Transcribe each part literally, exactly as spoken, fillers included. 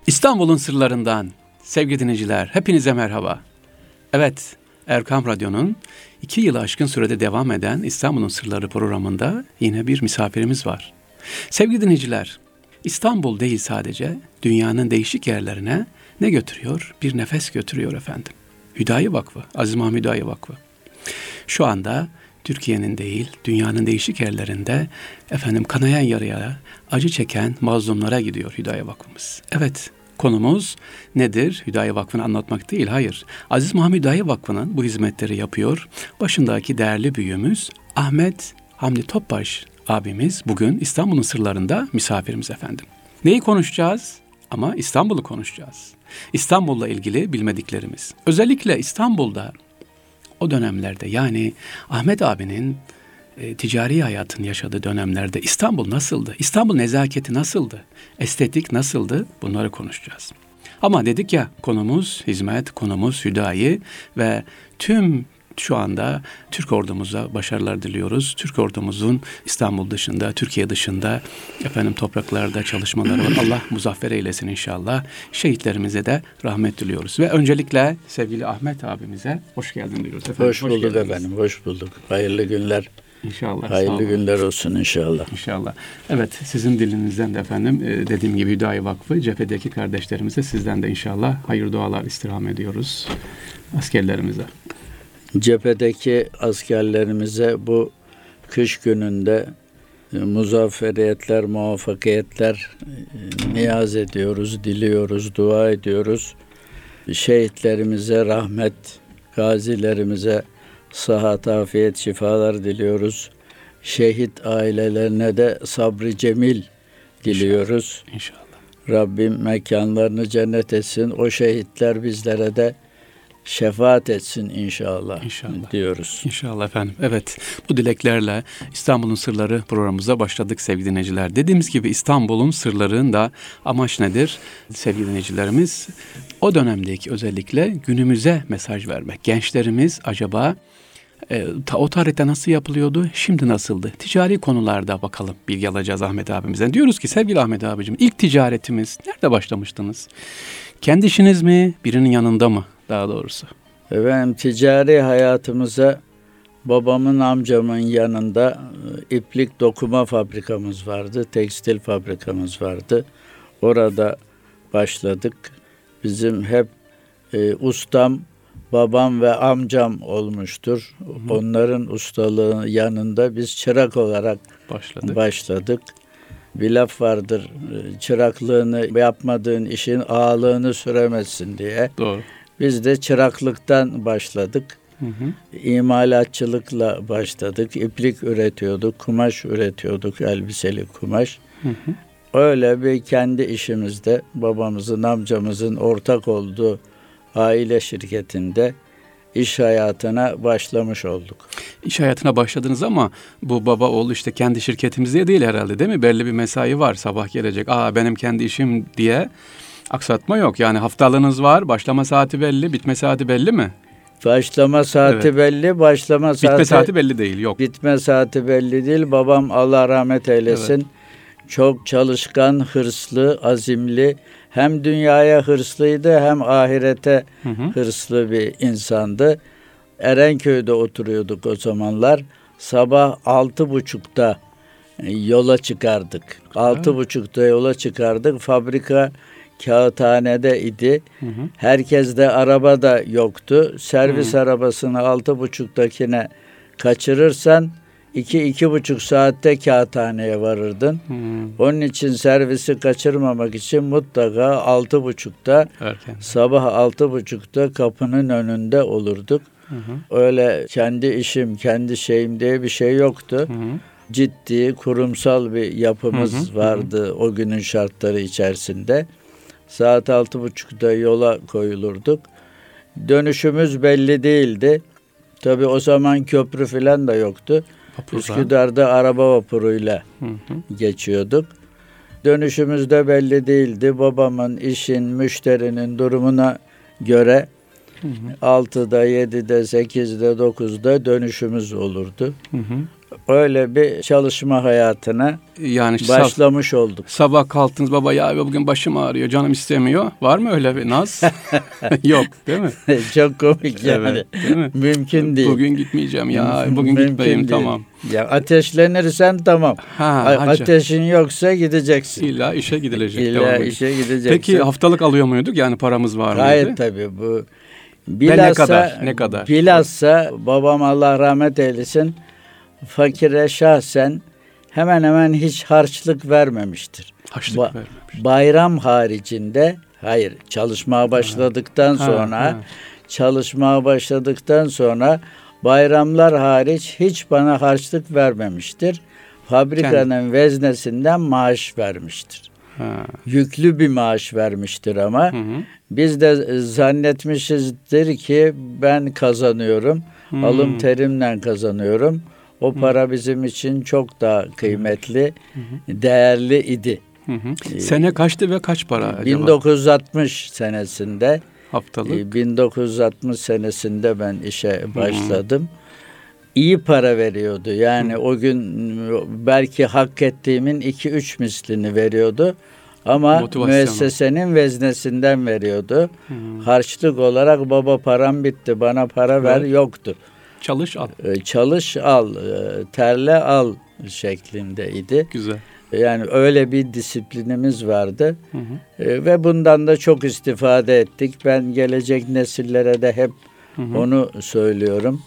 İstanbul'un sırlarından sevgili dinleyiciler, hepinize merhaba. Evet, Erkam Radyo'nun iki yılı aşkın sürede devam eden İstanbul'un Sırları programında yine bir misafirimiz var. Sevgili dinleyiciler, İstanbul değil sadece, dünyanın değişik yerlerine ne götürüyor? Bir nefes götürüyor efendim. Hüdayi Vakfı, Aziz Mahmud Hüdayi Vakfı. Şu anda Türkiye'nin değil, dünyanın değişik yerlerinde efendim kanayan yaraya, acı çeken mazlumlara gidiyor Hüdayi Vakfımız. Evet, konumuz nedir? Hüdayi Vakfı'nı anlatmak değil, hayır. Aziz Mahmud Hüdayi Vakfı'nın bu hizmetleri yapıyor. Başındaki değerli büyüğümüz Ahmet Hamdi Topbaş abimiz bugün İstanbul'un sırlarında misafirimiz efendim. Neyi konuşacağız? Ama İstanbul'u konuşacağız. İstanbul'la ilgili bilmediklerimiz. Özellikle İstanbul'da o dönemlerde, yani Ahmet abinin e, ticari hayatın yaşadığı dönemlerde İstanbul nasıldı? İstanbul nezaketi nasıldı? Estetik nasıldı? Bunları konuşacağız. Ama dedik ya, konumuz hizmet, konumuz hüdayi ve tüm şu anda Türk ordumuza başarılar diliyoruz. Türk ordumuzun İstanbul dışında, Türkiye dışında efendim topraklarda çalışmaları var. Allah muzaffer eylesin inşallah. Şehitlerimize de rahmet diliyoruz. Ve öncelikle sevgili Ahmet abimize hoş geldin diyoruz efendim. Hoş bulduk hoş efendim, hoş bulduk. Hayırlı günler. İnşallah. Hayırlı günler olsun inşallah. İnşallah. Evet, sizin dilinizden de efendim dediğim gibi Hüdayi Vakfı cephedeki kardeşlerimize, sizden de inşallah hayır dualar istirham ediyoruz askerlerimize. Cephedeki askerlerimize bu kış gününde muzafferiyetler, muvaffakiyetler niyaz ediyoruz, diliyoruz, dua ediyoruz. Şehitlerimize rahmet, gazilerimize sıhhat, afiyet, şifalar diliyoruz. Şehit ailelerine de sabrı cemil diliyoruz. İnşallah. İnşallah. Rabbim mekanlarını cennet etsin. O şehitler bizlere de şefaat etsin inşallah, inşallah diyoruz. İnşallah efendim. Evet, bu dileklerle İstanbul'un Sırları programımıza başladık sevgili dinleyiciler. Dediğimiz gibi İstanbul'un sırlarında amaç nedir sevgili dinleyicilerimiz? O dönemdeki özellikle günümüze mesaj vermek. Gençlerimiz acaba e, ta, o tarihte nasıl yapılıyordu, şimdi nasıldı? Ticari konularda bakalım bilgi alacağız Ahmet abimizden. Diyoruz ki sevgili Ahmet abicim, ilk ticaretimiz nerede başlamıştınız? Kendi işiniz mi, birinin yanında mı? Daha doğrusu. Efendim, ticari hayatımıza babamın, amcamın yanında iplik dokuma fabrikamız vardı, tekstil fabrikamız vardı. Orada başladık. Bizim hep e, ustam, babam ve amcam olmuştur. Hı hı. Onların ustalığı yanında biz çırak olarak başladık. başladık. Bir laf vardır, çıraklığını yapmadığın işin ağalığını süremezsin diye. Doğru. Biz de çıraklıktan başladık. Hı hı. İmalatçılıkla başladık. İplik üretiyorduk, kumaş üretiyorduk, elbiseli kumaş. Hı hı. Öyle bir kendi işimizde babamızın, amcamızın ortak olduğu aile şirketinde iş hayatına başlamış olduk. İş hayatına başladınız ama bu baba oğlu işte kendi şirketimiz diye değil herhalde, değil mi? Belli bir mesai var, sabah gelecek. Aa benim kendi işim diye aksatma yok. Yani haftalığınız var, başlama saati belli, bitme saati belli mi? Başlama saati evet. belli, başlama saati... Bitme saati belli değil, yok. Bitme saati belli değil. Babam Allah rahmet eylesin. Evet. Çok çalışkan, hırslı, azimli. Hem dünyaya hırslıydı hem ahirete hı hı. hırslı bir insandı. Erenköy'de oturuyorduk o zamanlar. Sabah altı buçukta yola çıkardık. Altı buçukta yola çıkardık. Fabrika Kağıthane'de idi. Hı hı. Herkes de araba da yoktu. Servis hı. arabasını altı buçuktakine kaçırırsan iki iki buçuk saatte Kağıthane'ye varırdın. Hı. Onun için servisi kaçırmamak için mutlaka altı buçukta Erken. sabah altı buçukta kapının önünde olurduk. Hı hı. Öyle kendi işim, kendi şeyim diye bir şey yoktu. Hı hı. Ciddi, kurumsal bir yapımız hı hı. vardı hı hı. o günün şartları içerisinde. Saat altı buçukta yola koyulurduk. Dönüşümüz belli değildi. Tabii o zaman köprü falan da yoktu. Vapurda. Üsküdar'da araba vapuruyla hı hı. geçiyorduk. Dönüşümüz de belli değildi. Babamın, işin, müşterinin durumuna göre altıda, yedide, sekizde, dokuzda dönüşümüz olurdu. Hı hı. Öyle bir çalışma hayatına yani başlamış sab- olduk. Sabah kalktınız, baba ya bugün başım ağrıyor, canım istemiyor. Var mı öyle bir naz? Yok değil mi? Çok komik yani. Evet, değil mi? Mümkün değil. Bugün gitmeyeceğim ya, bugün Mümkün gitmeyeyim değil. tamam. Ya ateşlenirsen tamam. Ha, A- ateşin yoksa gideceksin. İlla işe gidilecek. İlla işe gideceksin. Peki haftalık alıyor muyduk? Yani paramız var mıydı? Hayır tabii bu. Bilhassa, ne kadar? Ne kadar? Bilhassa babam Allah rahmet eylesin fakire şahsen hemen hemen hiç harçlık vermemiştir. Harçlık ba- vermemiş. Bayram haricinde hayır çalışmaya başladıktan ha. sonra ha, ha. çalışmaya başladıktan sonra bayramlar hariç hiç bana harçlık vermemiştir. Fabrikanın Kendi. veznesinden maaş vermiştir. Ha. Yüklü bir maaş vermiştir ama hı hı. biz de zannetmişizdir ki ben kazanıyorum, hı. alım terimle kazanıyorum. O para hı. bizim için çok daha kıymetli, hı hı. değerli idi. Hı hı. Sene kaçtı ve kaç para acaba? bin dokuz yüz altmış senesinde. Haftalık. bin dokuz yüz altmış senesinde ben işe başladım. Hı. İyi para veriyordu. Yani Hı. o gün belki hak ettiğimin iki üç mislini veriyordu. Ama müessesenin veznesinden veriyordu. Hmm. Harçlık olarak baba param bitti, bana para evet. ver yoktu. Çalış al. Çalış al, terle al şeklindeydi. Güzel. Yani öyle bir disiplinimiz vardı. Hı hı. Ve bundan da çok istifade ettik. Ben gelecek nesillere de hep hı hı. onu söylüyorum.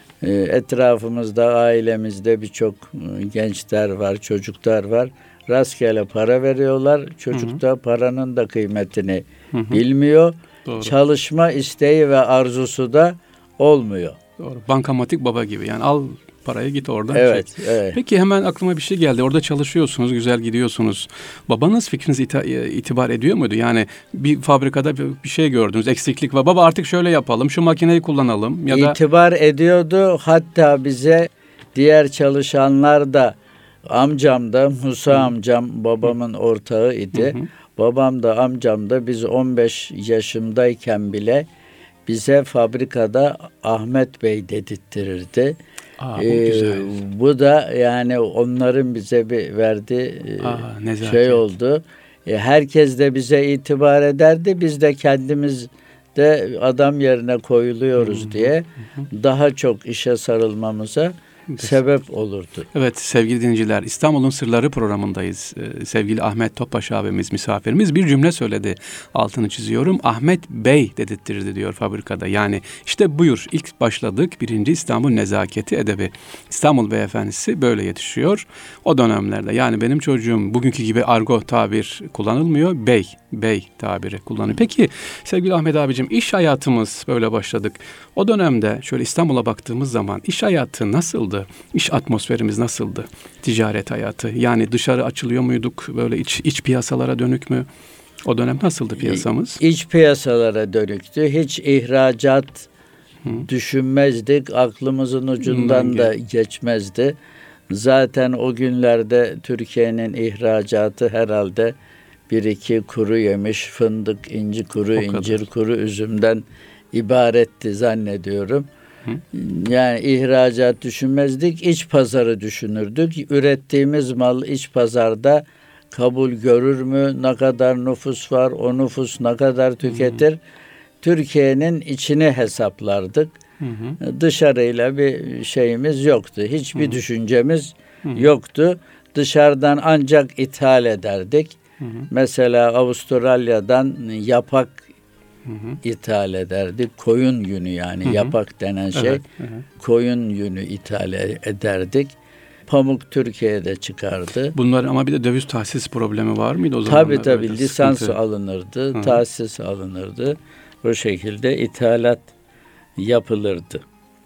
Etrafımızda, ailemizde birçok gençler var, çocuklar var. Rastgele para veriyorlar. Çocuk da paranın da kıymetini hı hı. bilmiyor. Doğru. Çalışma isteği ve arzusu da olmuyor. Doğru. Bankamatik baba gibi. Yani al parayı git oradan. Evet, çek. evet. Peki hemen aklıma bir şey geldi. Orada çalışıyorsunuz, güzel gidiyorsunuz. Babanız fikrinizi ita- itibar ediyor muydu? Yani bir fabrikada bir şey gördünüz, eksiklik var. Baba artık şöyle yapalım, şu makineyi kullanalım. Ya da... İtibar ediyordu. Hatta bize diğer çalışanlar da amcam da Musa hı. amcam babamın hı. ortağı idi. Hı hı. Babam da amcam da biz on beş yaşımdayken bile bize fabrikada Ahmet Bey dedirttirirdi. Aa, ee, bu da yani onların bize bir verdiği Aa, şey oldu. E, herkes de bize itibar ederdi. Biz de kendimiz de adam yerine koyuluyoruz hı-hı. diye hı-hı. daha çok işe sarılmamıza sebep olurdu. Evet sevgili dinleyiciler, İstanbul'un Sırları programındayız. Ee, sevgili Ahmet Topbaş abimiz misafirimiz bir cümle söyledi. Altını çiziyorum. Ahmet Bey dedirtirdi diyor fabrikada. Yani işte buyur ilk başladık. Birinci İstanbul Nezaketi Edebi. İstanbul Beyefendisi böyle yetişiyor. O dönemlerde yani benim çocuğum bugünkü gibi argo tabir kullanılmıyor. Bey, bey tabiri kullanıyor. Peki sevgili Ahmet abicim iş hayatımız böyle başladık. O dönemde şöyle İstanbul'a baktığımız zaman iş hayatı nasıldı? İş atmosferimiz nasıldı? Ticaret hayatı. Yani dışarı açılıyor muyduk? Böyle iç, iç piyasalara dönük mü? O dönem nasıldı piyasamız? İç piyasalara dönüktü. Hiç ihracat Hı. düşünmezdik. Aklımızın ucundan da geçmezdi. Zaten o günlerde Türkiye'nin ihracatı herhalde bir iki kuru yemiş, fındık, inci kuru, o incir kadar. Kuru üzümden ibaretti zannediyorum. Hı? Yani ihracat düşünmezdik, iç pazarı düşünürdük. Ürettiğimiz mal iç pazarda kabul görür mü? Ne kadar nüfus var? O nüfus ne kadar tüketir? Hı. Türkiye'nin içini hesaplardık. Hı hı. Dışarıyla bir şeyimiz yoktu. Hiçbir hı. düşüncemiz hı. yoktu. Dışarıdan ancak ithal ederdik. Hı hı. Mesela Avustralya'dan yapak Hı hı. ithal ederdik. Koyun yünü yani hı hı. yapak denen şey. Evet, hı hı. Koyun yünü ithal ederdik. Pamuk Türkiye'de çıkardı. Bunlar ama bir de döviz tahsis problemi var mıydı o zaman? Tabii tabii lisans sıkıntı. alınırdı, hı hı. tahsis alınırdı. Bu şekilde ithalat yapılırdı.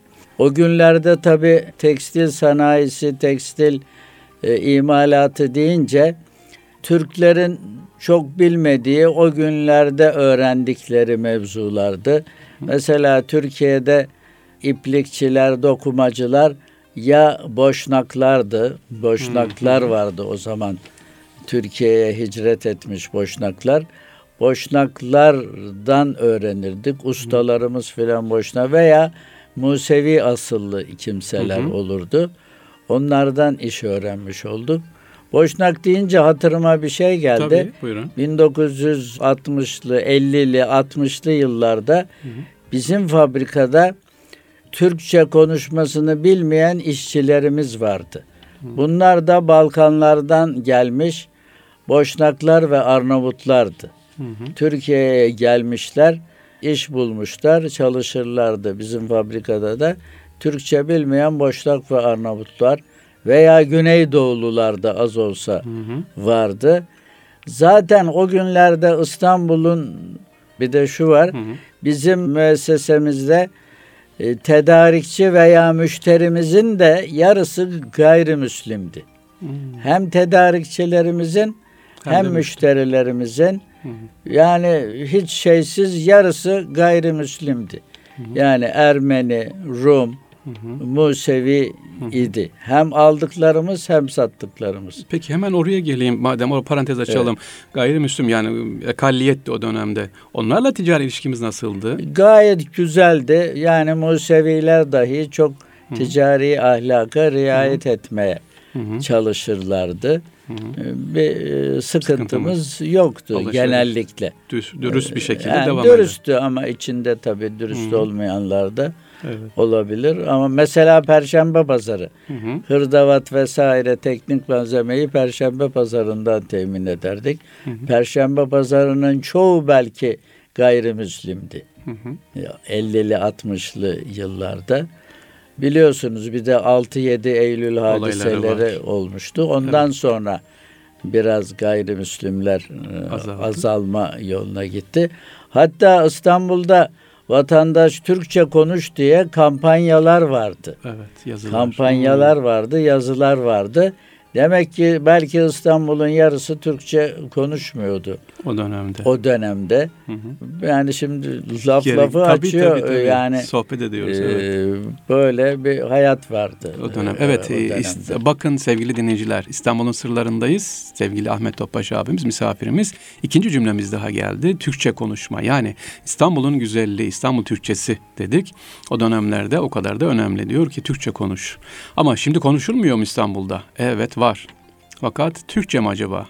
O günlerde tabii tekstil sanayisi, tekstil e, imalatı deyince Türklerin çok bilmediği o günlerde öğrendikleri mevzulardı. Hı. Mesela Türkiye'de iplikçiler, dokumacılar ya Boşnaklardı. Boşnaklar hı hı. vardı o zaman. Türkiye'ye hicret etmiş Boşnaklar. Boşnaklardan öğrenirdik. Ustalarımız filan Boşnak veya Musevi asıllı kimseler hı hı. olurdu. Onlardan iş öğrenmiş olduk. Boşnak deyince hatırıma bir şey geldi. Tabii, buyurun. bin dokuz yüz altmışlı, ellili, altmışlı yıllarda hı hı. bizim fabrikada Türkçe konuşmasını bilmeyen işçilerimiz vardı. Hı. Bunlar da Balkanlardan gelmiş Boşnaklar ve Arnavutlardı. Hı hı. Türkiye'ye gelmişler, iş bulmuşlar, çalışırlardı bizim fabrikada da. Türkçe bilmeyen Boşnak ve Arnavutlar veya Güneydoğulular da az olsa hı hı. vardı. Zaten o günlerde İstanbul'un bir de şu var, hı hı. bizim müessesemizde e, tedarikçi veya müşterimizin de yarısı gayrimüslimdi. Hı hı. Hem tedarikçilerimizin hem, hem müşterilerimizin hı hı. yani hiç şeysiz yarısı gayrimüslimdi. Hı hı. Yani Ermeni, Rum, Hı hı. Musevi hı hı. idi. Hem aldıklarımız hem sattıklarımız. Peki hemen oraya geleyim. Madem o parantez açalım. Evet. Gayrimüslim yani ekalliyetti o dönemde. Onlarla ticari ilişkimiz nasıldı? Gayet güzeldi. Yani Museviler dahi çok hı hı. ticari ahlaka riayet hı hı. etmeye hı hı. çalışırlardı. Hı hı. Bir sıkıntımız, sıkıntımız yoktu Alışveriş. genellikle. Düz, dürüst bir şekilde yani devam dürüsttü eder. Ama içinde tabii dürüst hı hı. olmayanlar da evet. olabilir. Ama mesela Perşembe Pazarı, hı hı. hırdavat vesaire teknik malzemeyi Perşembe Pazarı'ndan temin ederdik. Hı hı. Perşembe Pazarı'nın çoğu belki gayrimüslimdi. Hı hı. ellili altmışlı yıllarda. Biliyorsunuz bir de altı yedi Eylül hadiseleri olmuştu. Ondan evet. sonra biraz gayrimüslimler Azaldı. azalma yoluna gitti. Hatta İstanbul'da vatandaş Türkçe konuş diye kampanyalar vardı. Evet, yazılar. Kampanyalar hmm. vardı, yazılar vardı. Demek ki belki İstanbul'un yarısı Türkçe konuşmuyordu. O dönemde. O dönemde. Hı hı. Yani şimdi laf Geri, lafı tabii, açıyor. Tabii, tabii. Yani sohbet ediyoruz. E, evet. Böyle bir hayat vardı. O dönem. Evet. O ist- bakın sevgili dinleyiciler, İstanbul'un sırlarındayız. Sevgili Ahmet Topbaş abimiz misafirimiz. İkinci cümlemiz daha geldi. Türkçe konuşma. Yani İstanbul'un güzelliği, İstanbul Türkçesi dedik. O dönemlerde o kadar da önemli. Diyor ki Türkçe konuş. Ama şimdi konuşulmuyor mu İstanbul'da? Evet var. Fakat Türkçe mi acaba?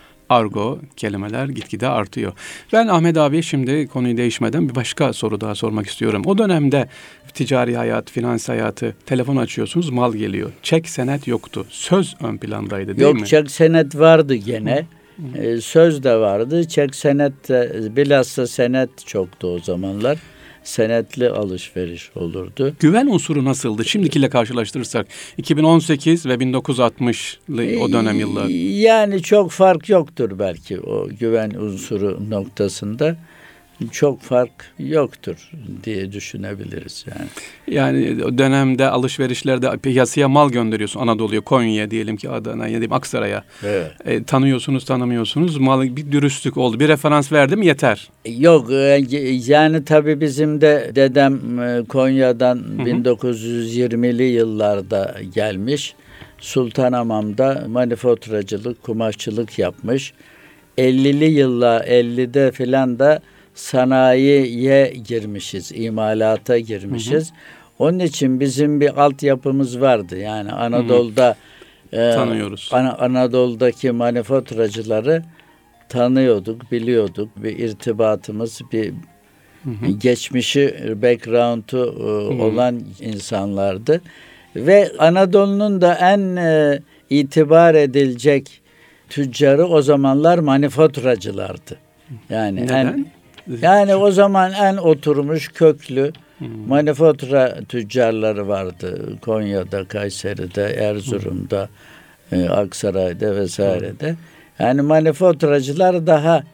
Argo kelimeler gitgide artıyor. Ben Ahmet abiye şimdi konuyu değişmeden bir başka soru daha sormak istiyorum. O dönemde ticari hayat, finans hayatı, telefon açıyorsunuz, mal geliyor. Çek senet yoktu. Söz ön plandaydı değil Yok, mi? Yok, çek senet vardı gene. Hı. Ee, söz de vardı. Çek senet de, bilhassa senet çoktu o zamanlar. Senetli alışveriş olurdu. Güven unsuru nasıldı? Şimdikiyle karşılaştırırsak iki bin on sekiz ve bin dokuz yüz altmışlı o dönem yıllar. Yani çok fark yoktur belki o güven unsuru noktasında. Çok fark yoktur diye düşünebiliriz yani. Yani o dönemde alışverişlerde piyasaya mal gönderiyorsun Anadolu'ya, Konya'ya diyelim ki Adana'ya diyelim Aksaray'a. Evet. E, tanıyorsunuz, tanımıyorsunuz. Mal bir dürüstlük oldu. Bir referans verdim yeter. Yok yani tabii bizim de dedem Konya'dan hı hı. bin dokuz yüz yirmili yıllarda gelmiş. Sultanhamam'da manifaturacılık, kumaşçılık yapmış. ellili yıllar ellide filan da sanayiye girmişiz, imalata girmişiz. Hı hı. Onun için bizim bir altyapımız vardı. Yani Anadolu'da e, tanıyoruz. An- Anadolu'daki manifaturacıları tanıyorduk, biliyorduk. Bir irtibatımız, bir hı hı. geçmişi, background'u e, olan insanlardı. Ve Anadolu'nun da en e, itibar edilecek tüccarı o zamanlar manifaturacılardı. Yani neden? En, yani o zaman en oturmuş köklü hmm. manifatura tüccarları vardı. Konya'da, Kayseri'de, Erzurum'da, hmm. e, Aksaray'da vesairede. Hmm. Yani manifaturacılar daha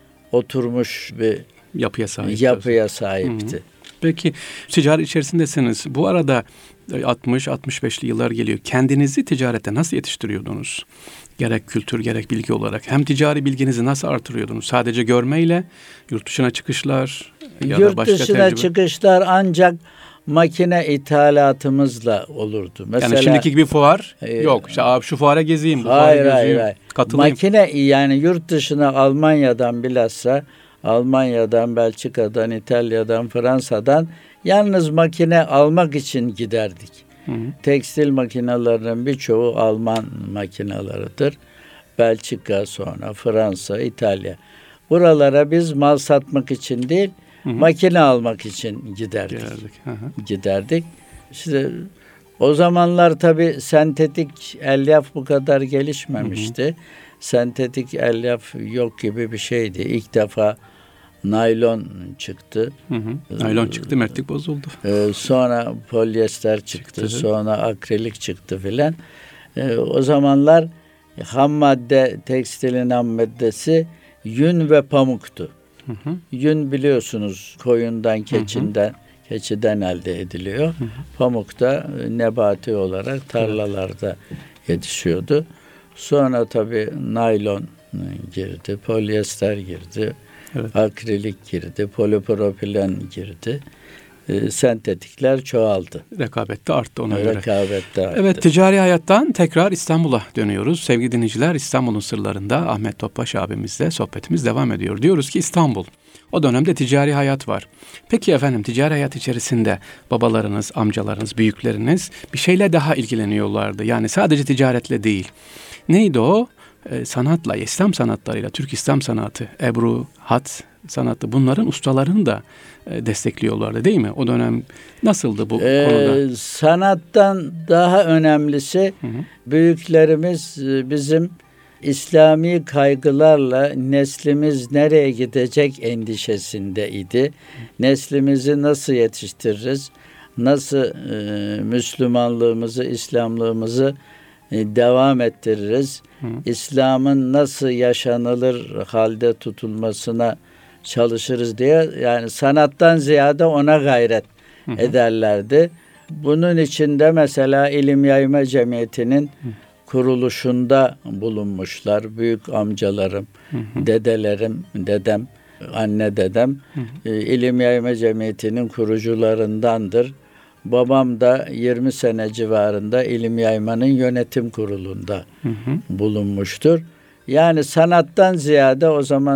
oturmuş bir yapıya sahipti. Yapıya sahipti. Hmm. Peki ticaret içerisindesiniz. Bu arada altmış altmış beşli yıllar geliyor. Kendinizi ticarete nasıl yetiştiriyordunuz? Gerek kültür gerek bilgi olarak. Hem ticari bilginizi nasıl artırıyordunuz? Sadece görmeyle yurt dışına çıkışlar ya yurt da başka dışına tecrübe. çıkışlar ancak makine ithalatımızla olurdu. Mesela, yani şimdiki gibi fuar e, yok. İşte, abi şu fuara gezeyim, bu hayır, fuara hayır, hayır. katılayım. Makine yani yurt dışına Almanya'dan bilhassa Almanya'dan, Belçika'dan, İtalya'dan, Fransa'dan yalnız makine almak için giderdik. Hı hı. Tekstil makinelerinin birçoğu Alman makineleridir. Belçika, sonra Fransa, İtalya. Buralara biz mal satmak için değil, hı hı. makine almak için giderdik. Giderdik. Hı hı. Giderdik. İşte o zamanlar tabii sentetik elyaf bu kadar gelişmemişti. Hı hı. Sentetik elyaf yok gibi bir şeydi. İlk defa naylon çıktı. Hı hı. Naylon çıktı, mertlik bozuldu. Ee, sonra polyester çıktı, çıktı. sonra akrilik çıktı filan. Ee, o zamanlar ham madde, tekstilin ham maddesi yün ve pamuktu. Hı hı. Yün biliyorsunuz koyundan, keçinden, hı hı. keçiden elde ediliyor. Hı hı. Pamuk da nebati olarak tarlalarda evet. yetişiyordu. Sonra tabii naylon girdi, polyester girdi, evet. akrilik girdi, polipropilen girdi. E, sentetikler çoğaldı. Rekabet de arttı ona göre. Rekabet de arttı. Evet, ticari hayattan tekrar İstanbul'a dönüyoruz. Sevgili dinleyiciler, İstanbul'un sırlarında Ahmet Topbaş abimizle sohbetimiz devam ediyor. Diyoruz ki İstanbul, o dönemde ticari hayat var. Peki efendim, ticari hayat içerisinde babalarınız, amcalarınız, büyükleriniz bir şeyle daha ilgileniyorlardı. Yani sadece ticaretle değil. Neydi o? Ee, sanatla, İslam sanatlarıyla, Türk İslam sanatı, Ebru, Hat sanatı, bunların ustalarını da e, destekliyorlardı değil mi? O dönem nasıldı bu ee, konuda? Sanattan daha önemlisi, hı hı. büyüklerimiz bizim İslami kaygılarla neslimiz nereye gidecek endişesindeydi. Hı. Neslimizi nasıl yetiştiririz? Nasıl e, Müslümanlığımızı, İslamlığımızı devam ettiririz. Hı. İslam'ın nasıl yaşanılır halde tutulmasına çalışırız diye, yani sanattan ziyade ona gayret hı hı. ederlerdi. Bunun içinde mesela İlim Yayma Cemiyeti'nin hı. kuruluşunda bulunmuşlar. Büyük amcalarım, hı hı. dedelerim, dedem, anne dedem hı hı. İlim Yayma Cemiyeti'nin kurucularındandır. Babam da yirmi sene civarında İlim Yayma'nın yönetim kurulunda hı hı. bulunmuştur. Yani sanattan ziyade, o zaman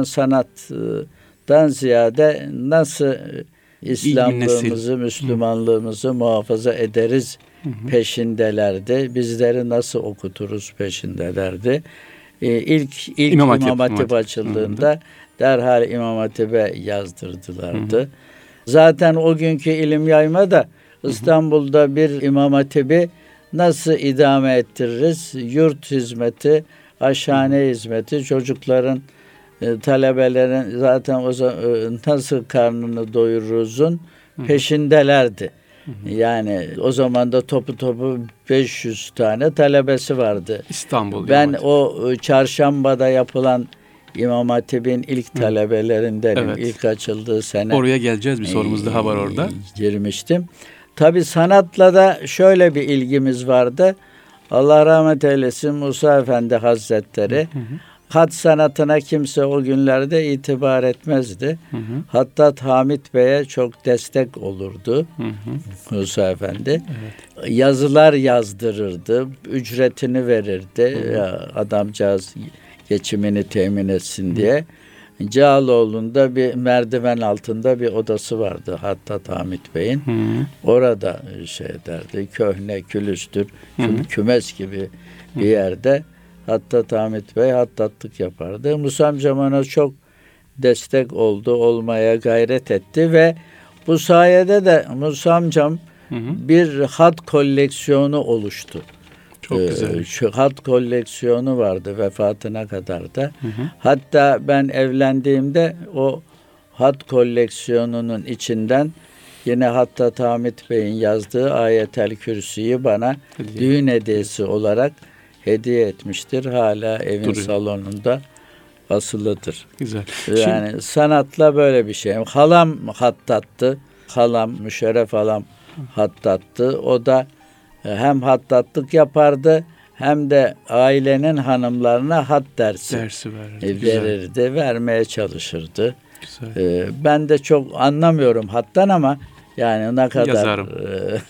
sanattan ziyade nasıl İslamlığımızı, Müslümanlığımızı hı. muhafaza ederiz hı hı. peşindelerdi. Bizleri nasıl okuturuz peşindelerdi. Ee, ilk ilk İmam Hatip, İmam Hatip açıldığında hı. derhal İmam Hatip'e yazdırdılardı. Hı hı. Zaten o günkü İlim Yayma da İstanbul'da bir İmam Hatip'i nasıl idame ettiririz? Yurt hizmeti, aşhane hı. hizmeti, çocukların, e, talebelerin zaten o zaman e, nasıl karnını doyururuzun hı. peşindelerdi. Hı hı. Yani o zaman da topu topu beş yüz tane talebesi vardı. İstanbul. Ben o e, çarşambada yapılan İmam Hatip'in ilk hı. talebelerindenim. Evet. İlk açıldığı sene. Oraya geleceğiz, bir sorumuz e, daha var orada. Girmiştim. Tabii sanatla da şöyle bir ilgimiz vardı. Allah rahmet eylesin Musa Efendi Hazretleri. Hı hı. Hat sanatına kimse o günlerde itibar etmezdi. Hı hı. Hatta Hamit Bey'e çok destek olurdu hı hı. Musa Efendi. Evet. Yazılar yazdırırdı, ücretini verirdi. Hı hı. Ya, adamcağız geçimini temin etsin hı. diye. Cağaloğlu'nda bir merdiven altında bir odası vardı hatta Hamit Bey'in. Hı. Orada şey derdi, köhne, külüstür, küm, kümes gibi bir hı. yerde hatta Hamit Bey hattatlık yapardı. Musa amcam ona çok destek oldu, olmaya gayret etti ve bu sayede de Musa amcam hı hı. bir hat koleksiyonu oluştu. Çok ee, güzel. Şu hat koleksiyonu vardı vefatına kadar da. Hı hı. Hatta ben evlendiğimde o hat koleksiyonunun içinden yine hatta Hamit Bey'in yazdığı Ayetel Kürsü'yü bana hediye. düğün hediyesi olarak hediye etmiştir. Hala evin Duruyor. salonunda asılıdır. Güzel. Yani Şimdi... sanatla böyle bir şey. Halam hattattı. Halam, Müşerref halam hattattı. O da hem hattatlık yapardı hem de ailenin hanımlarına hat dersi, dersi verirdi. verirdi, Güzel. vermeye çalışırdı. Güzel. Ee, ben de çok anlamıyorum hattan ama yani ne kadar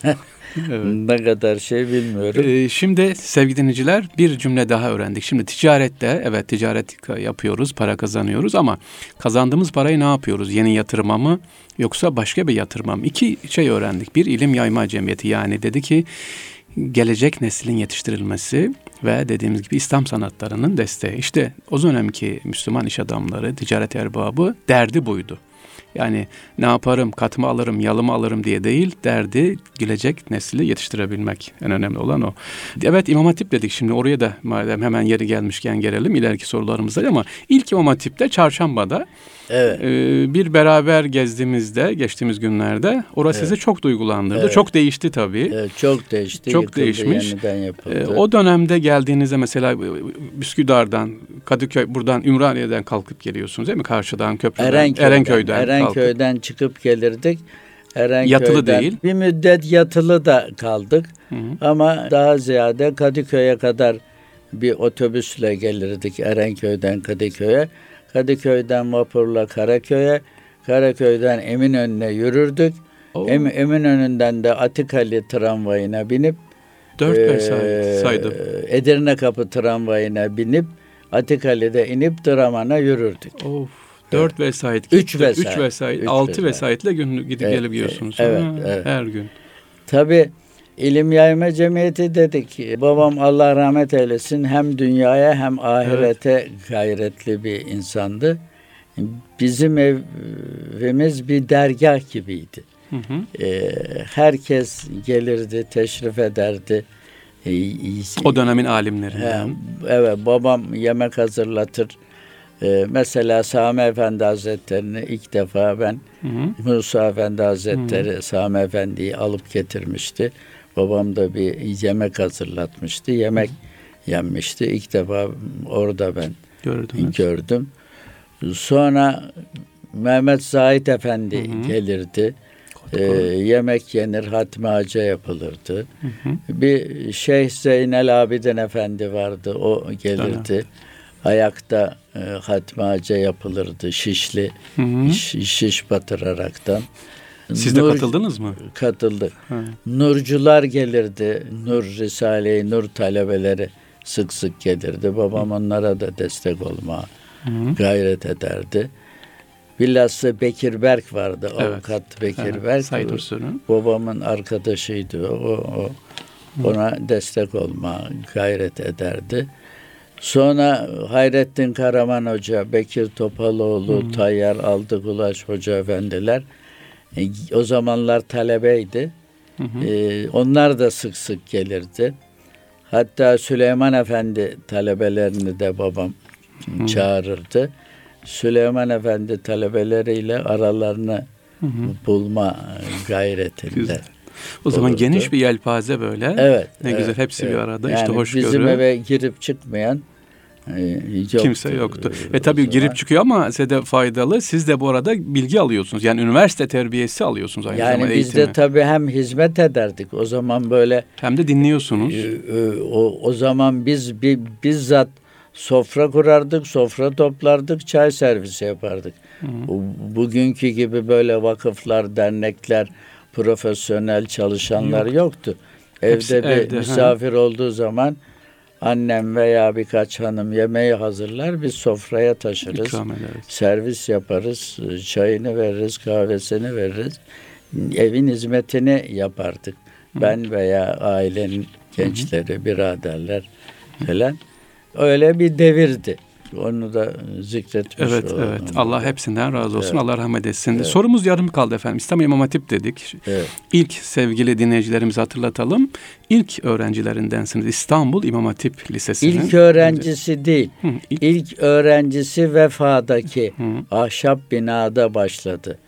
Evet. Ne kadar şey bilmiyorum. Ee, şimdi sevgili dinleyiciler bir cümle daha öğrendik. Şimdi ticarette evet ticaret yapıyoruz, para kazanıyoruz ama kazandığımız parayı ne yapıyoruz? Yeni yatırıma mı yoksa başka bir yatırıma mı? İki şey öğrendik. Bir ilim yayma cemiyeti, yani dedi ki gelecek neslin yetiştirilmesi ve dediğimiz gibi İslam sanatlarının desteği. İşte o dönemki Müslüman iş adamları, ticaret erbabı derdi buydu. Yani ne yaparım, katma alırım, yalımı alırım diye değil, derdi gelecek nesli yetiştirebilmek. En önemli olan o. Evet, İmam Hatip dedik, şimdi oraya da madem hemen yeri gelmişken gelelim ileriki sorularımızda, ama ilk İmam Hatip'te Çarşamba'da evet. e, bir beraber gezdiğimizde geçtiğimiz günlerde orası evet. sizi çok duygulandırdı. Evet. Çok değişti tabii. Evet, çok değişti. Çok yıkıldı, değişmiş. Yeniden yapıldı. E, o dönemde geldiğinizde mesela Üsküdar'dan, Kadıköy, buradan Ümraniye'den kalkıp geliyorsunuz değil mi? Karşıdan, köprüden, Erenköy'den. Erenköy'den, Erenköy'den kalkıp. çıkıp gelirdik. Erenköy'den yatılı değil. Bir müddet yatılı da kaldık. Hı hı. Ama daha ziyade Kadıköy'e kadar bir otobüsle gelirdik Erenköy'den Kadıköy'e. Kadıköy'den vapurla Karaköy'e, Karaköy'den Eminönü'ne yürürdük. Em, Eminönü'nden de Atikali tramvayına binip dört mesai e, saydım. Edirne Kapı tramvayına binip Atikali'de inip Draman'a yürürdük. Of. Dört evet. vesait. Üç vesait. Üç vesait. Üç altı vesait. vesaitle gün gidip evet, gelebiliyorsunuz. Evet, ha, evet. Her gün. Tabii İlim Yayma Cemiyeti dedik. Babam Allah rahmet eylesin hem dünyaya hem ahirete evet. gayretli bir insandı. Bizim evimiz bir dergah gibiydi. Hı hı. Ee, herkes gelirdi, teşrif ederdi. Ee, o dönemin alimlerinden. Evet, babam yemek hazırlatır. Ee, mesela Sami Efendi Hazretleri'ni ilk defa ben hı hı. Musa Efendi Hazretleri hı hı. Sami Efendi'yi alıp getirmişti. Babam da bir yemek hazırlatmıştı. Yemek hı. yenmişti. İlk defa orada ben Gördünüz. gördüm. Sonra Mehmet Zahid Efendi hı hı. gelirdi. Ee, yemek yenir, hatmi haca yapılırdı. Hı hı. Bir Şeyh Zeynel Abidin Efendi vardı. O gelirdi. Tamam. Ayakta e, hatmi haca yapılırdı. Şişli, hı hı. Şiş, şiş batıraraktan. Siz Nur, de katıldınız mı? Katıldık. Hı. Nurcular gelirdi. Nur Risale-i Nur talebeleri sık sık gelirdi. Babam onlara da destek olmaya hı. gayret ederdi. Bilhassa Bekir Berk vardı. Evet. Avukat Bekir evet. Berk. Said Ursun'un. Babamın arkadaşıydı. O, o ona hı. destek olmaya gayret ederdi. Sonra Hayrettin Karaman Hoca, Bekir Topaloğlu, hmm. Tayyar Altıkulaş Hoca efendiler e, o zamanlar talebeydi. Hmm. E, onlar da sık sık gelirdi. Hatta Süleyman Efendi talebelerini de babam hmm. çağırırdı. Süleyman Efendi talebeleriyle aralarını hmm. bulma gayretinde. Güzel. O zaman olurdu. Geniş bir yelpaze böyle. Evet. Ne evet, güzel hepsi evet. bir arada. Yani işte hoşgörü. Bizim eve girip çıkmayan e, yoktu. Kimse yoktu. Ve tabii girip çıkıyor ama size de faydalı. Siz de bu arada bilgi alıyorsunuz. Yani üniversite terbiyesi alıyorsunuz aynı yani zamanda. Yani biz de tabii hem hizmet ederdik. O zaman böyle. Hem de dinliyorsunuz. E, o, o zaman biz bir, bizzat sofra kurardık, sofra toplardık, çay servisi yapardık. Hı hı. Bugünkü gibi böyle vakıflar, dernekler, profesyonel çalışanlar Yok. yoktu. Evde Hepsi bir evde, misafir he. olduğu zaman annem veya birkaç hanım yemeği hazırlar, biz sofraya taşırız. Servis yaparız, çayını veririz, kahvesini veririz. Evin hizmetini yapardık. Hı. Ben veya ailenin gençleri, hı hı. biraderler falan. Öyle bir devirdi. Onu da zikretmiş Evet, olalım. evet. Allah hepsinden razı olsun. Evet. Allah rahmet etsin. Evet. Sorumuz yarım kaldı efendim. İstanbul İmam Hatip dedik. Evet. İlk sevgili dinleyicilerimizi hatırlatalım. İlk öğrencilerindensiniz. İstanbul İmam Hatip Lisesi'nin. İlk öğrencisi değil. Hı, ilk... ilk öğrencisi Vefa'daki Hı. ahşap binada başladı.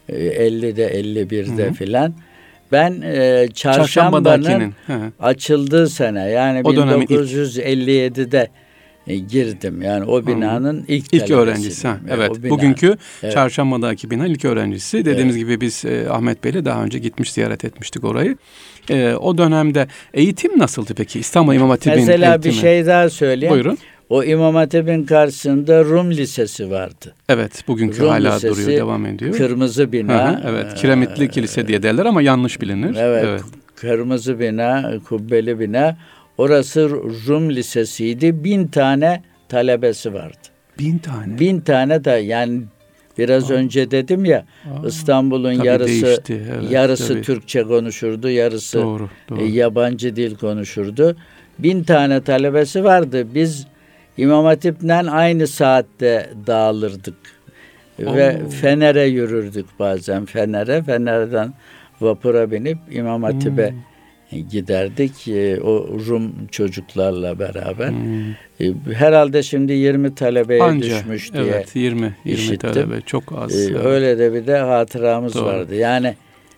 ellide elli birde filan. Ben e, Çarşamba'nın açıldığı sene yani bin dokuz yüz elli yedide E, girdim. Yani o binanın ilk ilk öğrencisi. Ha, evet. Bina, Bugünkü evet. Çarşamba'daki bina ilk öğrencisi. Dediğimiz evet. gibi biz e, Ahmet Bey'le daha önce gitmiş ziyaret etmiştik orayı. E, o dönemde eğitim nasıldı peki? İstanbul İmam Hatip'in Mesela eğitimi. bir şey daha söyleyeyim. Buyurun. O İmam Hatip'in karşısında Rum Lisesi vardı. Evet. Bugünkü Rum hala Lisesi, duruyor, devam ediyor. Kırmızı bina. Hı hı, evet. Kiremitli kilise diye derler ama yanlış bilinir. Evet. evet. kırmızı bina, kubbeli bina. Orası Rum Lisesi'ydi. Bin tane talebesi vardı. Bin tane? Bin tane de yani biraz Aa. önce dedim ya Aa. İstanbul'un yarısı değişti, evet, yarısı tabii. Türkçe konuşurdu, yarısı doğru, doğru. yabancı dil konuşurdu. Bin tane talebesi vardı. Biz İmam Hatip'ten aynı saatte dağılırdık. Oo. Ve Fener'e yürürdük bazen. Fener'e, Fener'den vapura binip İmam Hatip'e hmm. giderdik. O Rum çocuklarla beraber. Hmm. Herhalde şimdi yirmi talebeye Anca, düşmüş diye. Evet, yirmi, yirmi talebe çok az. Ee, evet. Öyle de bir de hatıramız Doğru. vardı. Yani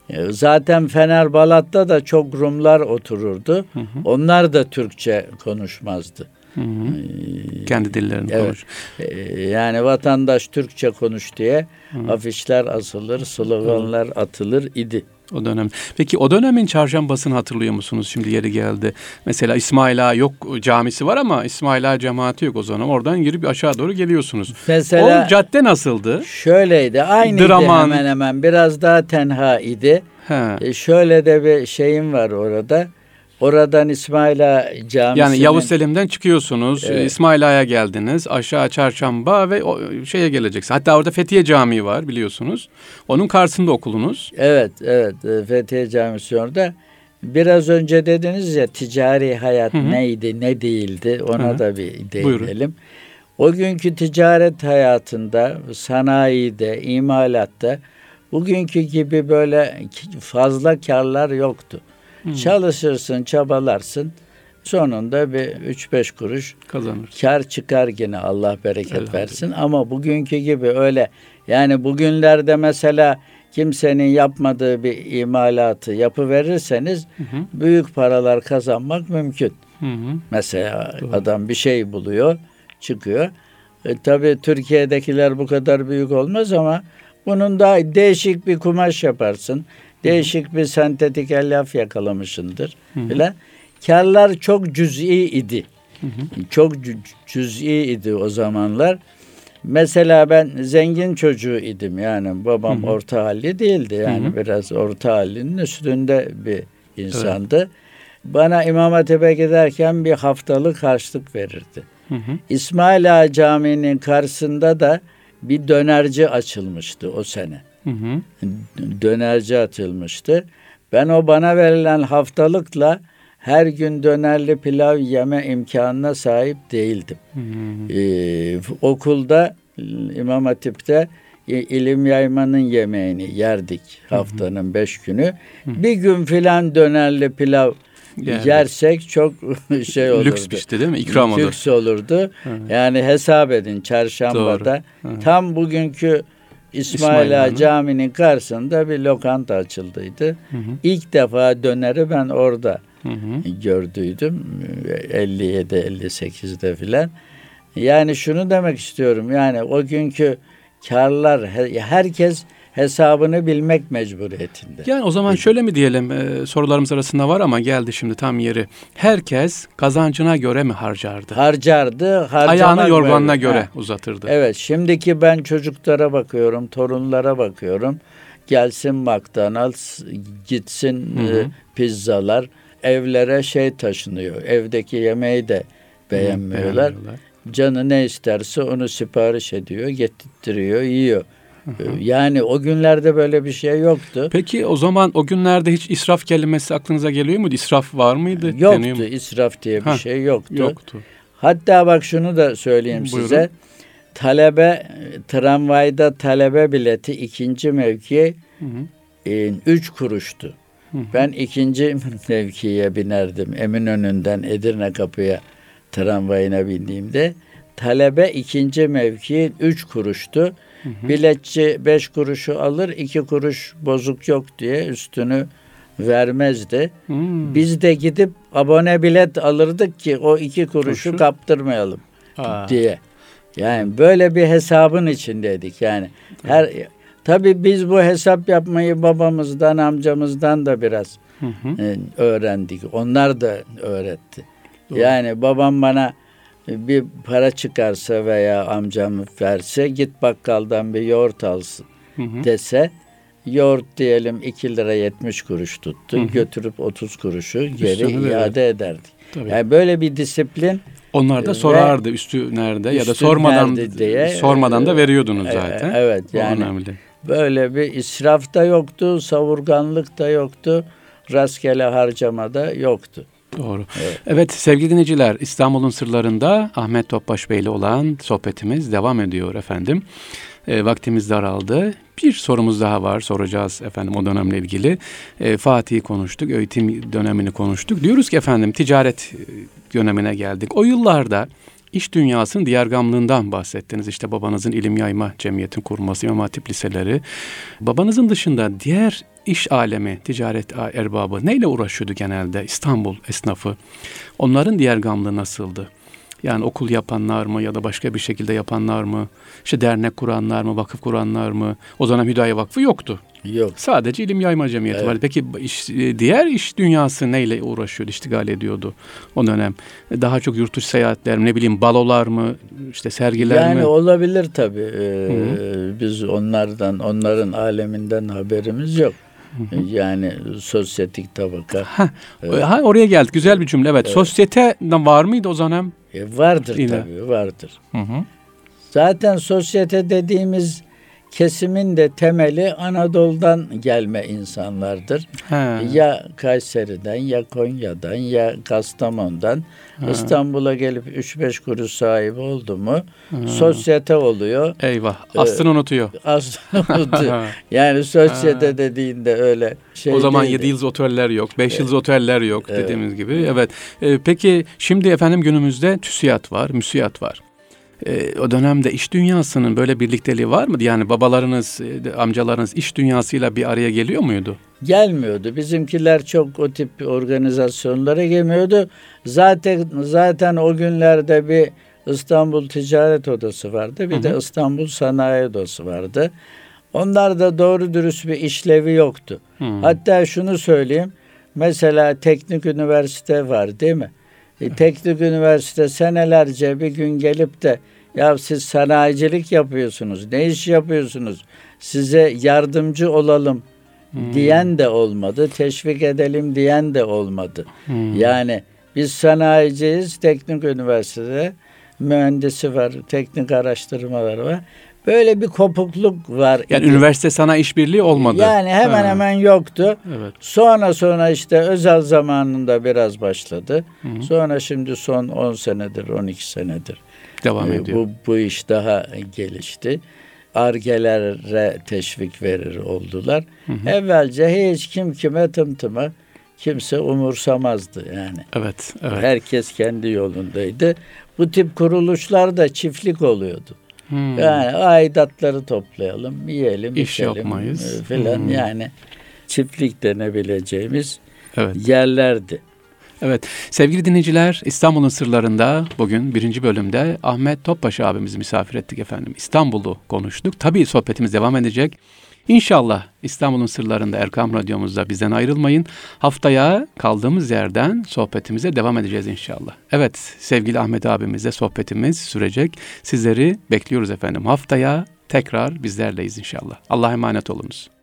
zaten Fener Balat'ta da çok Rumlar otururdu. Hı hı. Onlar da Türkçe konuşmazdı. Hı hı. Kendi dillerini evet. konuş. Yani vatandaş Türkçe konuş diye hı. afişler asılır, sloganlar hı. atılır idi. O dönem. Peki o dönemin çarşambasını hatırlıyor musunuz? Şimdi yeri geldi. Mesela İsmail Ağa yok camisi var ama İsmail Ağa cemaati yok o zaman. Oradan girip aşağı doğru geliyorsunuz. Mesela o cadde nasıldı? Şöyleydi. Aynıydı Draman. hemen hemen. Biraz daha tenha idi. E şöyle de bir şeyim var orada. Oradan İsmail Ağa Camisi'nin... Yani Yavuz Selim'den çıkıyorsunuz. Evet. İsmail Ağa'ya geldiniz. Aşağı Çarşamba ve o şeye geleceksiniz. Hatta orada Fethiye Camii var biliyorsunuz. Onun karşısında okulunuz. Evet, evet. Fethiye Camisi orada. Biraz önce dediniz ya ticari hayat Hı-hı. neydi, ne değildi. Ona Hı-hı. da bir değinelim. Buyurun. O günkü ticaret hayatında, sanayide, imalatta bugünkü gibi böyle fazla karlar yoktu. Hmm. Çalışırsın, çabalarsın. Sonunda bir üç beş kuruş kazanır. Kar çıkar gene Allah bereket versin. Ama bugünkü gibi öyle yani bugünlerde mesela kimsenin yapmadığı bir imalatı yapıverirseniz hı hı. büyük paralar kazanmak mümkün. Hı hı. Mesela Doğru. adam bir şey buluyor, çıkıyor. E, tabii Türkiye'dekiler bu kadar büyük olmaz ama bunun da değişik bir kumaş yaparsın. Değişik bir sentetik elyaf yakalamışındır. Bile. Kârlar çok cüz'i idi. Hı hı. Çok cüz'i idi o zamanlar. Mesela ben zengin çocuğu idim. Yani babam hı hı. orta halli değildi. Yani hı hı. biraz orta hallinin üstünde bir insandı. Evet. Bana İmam Hatip'e giderken bir haftalık harçlık verirdi. Hı hı. İsmail Ağa Camii'nin karşısında da bir dönerci açılmıştı o sene. Hı hı. Dönerci atılmıştı. Ben o bana verilen haftalıkla her gün dönerli pilav yeme imkanına sahip değildim. Hı hı. Ee, okulda İmam Hatip'te ilim yaymanın yemeğini yerdik haftanın hı hı. beş günü. Hı hı. Bir gün filan dönerli pilav Yerdik. yersek çok şey olurdu. Lüksmüştü değil mi? İkram olur. Lüks olurdu. Hı. Yani hesap edin çarşambada tam bugünkü İsmail Ağa Camii'nin karşısında bir lokanta açıldıydı. Hı hı. İlk defa döneri ben orada hı hı. gördüydüm. elli yedi elli sekizde filan. Yani şunu demek istiyorum. Yani o günkü karlar herkes hesabını bilmek mecburiyetinde. Yani o zaman şöyle mi diyelim, e, sorularımız arasında var ama geldi şimdi tam yeri. Herkes kazancına göre mi harcardı? Harcardı. Ayağını yorganına böyle. göre ha. uzatırdı. Evet, şimdiki ben çocuklara bakıyorum, torunlara bakıyorum. Gelsin McDonald's, gitsin e, pizzalar, evlere şey taşınıyor. Evdeki yemeği de beğenmiyorlar. Hı, Canı ne isterse onu sipariş ediyor, getirtiyor, yiyor. Hı-hı. Yani o günlerde böyle bir şey yoktu. Peki o zaman o günlerde hiç israf kelimesi aklınıza geliyor muydu? İsraf var mıydı? Yoktu. İsraf diye bir Heh, şey yoktu. Yoktu. Hatta bak şunu da söyleyeyim Buyurun. size. Talebe, tramvayda talebe bileti ikinci mevki e, üç kuruştu. Hı-hı. Ben ikinci mevkiye binerdim. Eminönü'nden Edirne Kapı'ya tramvayına bindiğimde. Talebe ikinci mevki üç kuruştu. Hı hı. Biletçi beş kuruşu alır, iki kuruş bozuk yok diye üstünü vermezdi. Hmm. Biz de gidip abone bilet alırdık ki o iki kuruşu Kuruşu. kaptırmayalım Aa. diye. Yani böyle bir hesabın içindeydik. Yani her tabii biz bu hesap yapmayı babamızdan, amcamızdan da biraz hı hı. öğrendik. Onlar da öğretti. Doğru. Yani babam bana bir para çıkarsa veya amcam verse git bakkaldan bir yoğurt alsın hı hı. dese yoğurt diyelim iki lira yetmiş kuruş tuttu. Hı hı. Götürüp otuz kuruşu geri Üstünü iade verir. ederdik. Tabii. Yani böyle bir disiplin. Onlar da sorardı üstü nerede ya da sormadan diye, sormadan da veriyordunuz zaten. Evet yani böyle bir israf da yoktu, savurganlık da yoktu, rastgele harcama da yoktu. Doğru. Evet. Evet sevgili dinleyiciler, İstanbul'un sırlarında Ahmet Topbaş Bey'le olan sohbetimiz devam ediyor efendim. E, vaktimiz daraldı. Bir sorumuz daha var, soracağız efendim o dönemle ilgili. E, Fatih'i konuştuk, öğretim dönemini konuştuk. Diyoruz ki efendim ticaret dönemine geldik. O yıllarda iş dünyasının diyargamlığından bahsettiniz. İşte babanızın ilim yayma cemiyetin kurması, İmam Hatip liseleri. Babanızın dışında diğer iş alemi, ticaret erbabı neyle uğraşıyordu genelde? İstanbul esnafı. Onların diyargamlığı nasıldı? Yani okul yapanlar mı ya da başka bir şekilde yapanlar mı? İşte dernek kuranlar mı, vakıf kuranlar mı? O zaman Hüdayi Vakfı yoktu. Yok. Sadece ilim yayma cemiyeti evet. var. Peki iş, diğer iş dünyası neyle uğraşıyordu, iştigal ediyordu o dönem? Daha çok yurt dışı seyahatler mi, ne bileyim balolar mı, işte sergiler yani mi? Yani olabilir tabii. Ee, biz onlardan, onların aleminden haberimiz yok. Hı-hı. Yani sosyetik tabaka. Ha, evet. ha, oraya geldik. Güzel bir cümle. Evet. evet. Sosyete var mıydı o zaman? E, vardır İle. tabii, vardır. Hı-hı. Zaten sosyete dediğimiz kesimin de temeli Anadolu'dan gelme insanlardır. He. Ya Kayseri'den, ya Konya'dan, ya Kastamonu'dan He. İstanbul'a gelip üç beş kuruş sahibi oldu mu He. sosyete oluyor. Eyvah. Aslını ee, unutuyor. Aslını unutuyor. Yani sosyete He. dediğinde öyle şey O zaman değildi. yedi yıldız oteller yok, beş yıldız oteller yok evet. dediğimiz gibi. Evet. Ee, peki şimdi efendim günümüzde TÜSİAD var, MÜSİAD var. Ee, o dönemde iş dünyasının böyle birlikteliği var mıydı? Yani babalarınız, amcalarınız iş dünyasıyla bir araya geliyor muydu? Gelmiyordu. Bizimkiler çok o tip organizasyonlara gelmiyordu. Zaten zaten o günlerde bir İstanbul Ticaret Odası vardı. Bir hı hı. de İstanbul Sanayi Odası vardı. Onlar da doğru dürüst bir işlevi yoktu. Hı. Hatta şunu söyleyeyim. Mesela teknik üniversite var değil mi? E, teknik üniversite senelerce bir gün gelip de ya siz sanayicilik yapıyorsunuz, ne iş yapıyorsunuz, size yardımcı olalım hmm. diyen de olmadı, teşvik edelim diyen de olmadı. Hmm. Yani biz sanayiciyiz, teknik üniversitede mühendisi var, teknik araştırmaları var. Böyle bir kopukluk var. Yani idi. Üniversite sanayi işbirliği olmadı. Yani hemen ha. hemen yoktu. Evet. Sonra sonra işte özel zamanında biraz başladı. Hı hı. Sonra şimdi son on senedir, on iki senedir devam ediyor. Bu, bu iş daha gelişti. Ar-Ge'lere teşvik verir oldular. Hı hı. Evvelce hiç kim kime tımtıma kimse umursamazdı yani. Evet, evet. Herkes kendi yolundaydı. Bu tip kuruluşlar da çiftlik oluyordu. Hmm. Yani aidatları toplayalım, yiyelim, İş içelim yapmayız. filan hmm. yani çiftlik denebileceğimiz evet. yerlerdi. Evet sevgili dinleyiciler, İstanbul'un sırlarında bugün birinci bölümde Ahmet Topbaş abimizi misafir ettik efendim. İstanbul'u konuştuk. Tabii sohbetimiz devam edecek. İnşallah İstanbul'un sırlarında Erkam Radyomuzda bizden ayrılmayın. Haftaya kaldığımız yerden sohbetimize devam edeceğiz inşallah. Evet sevgili Ahmet abimizle sohbetimiz sürecek. Sizleri bekliyoruz efendim. Haftaya tekrar bizlerleyiz inşallah. Allah'a emanet olunuz.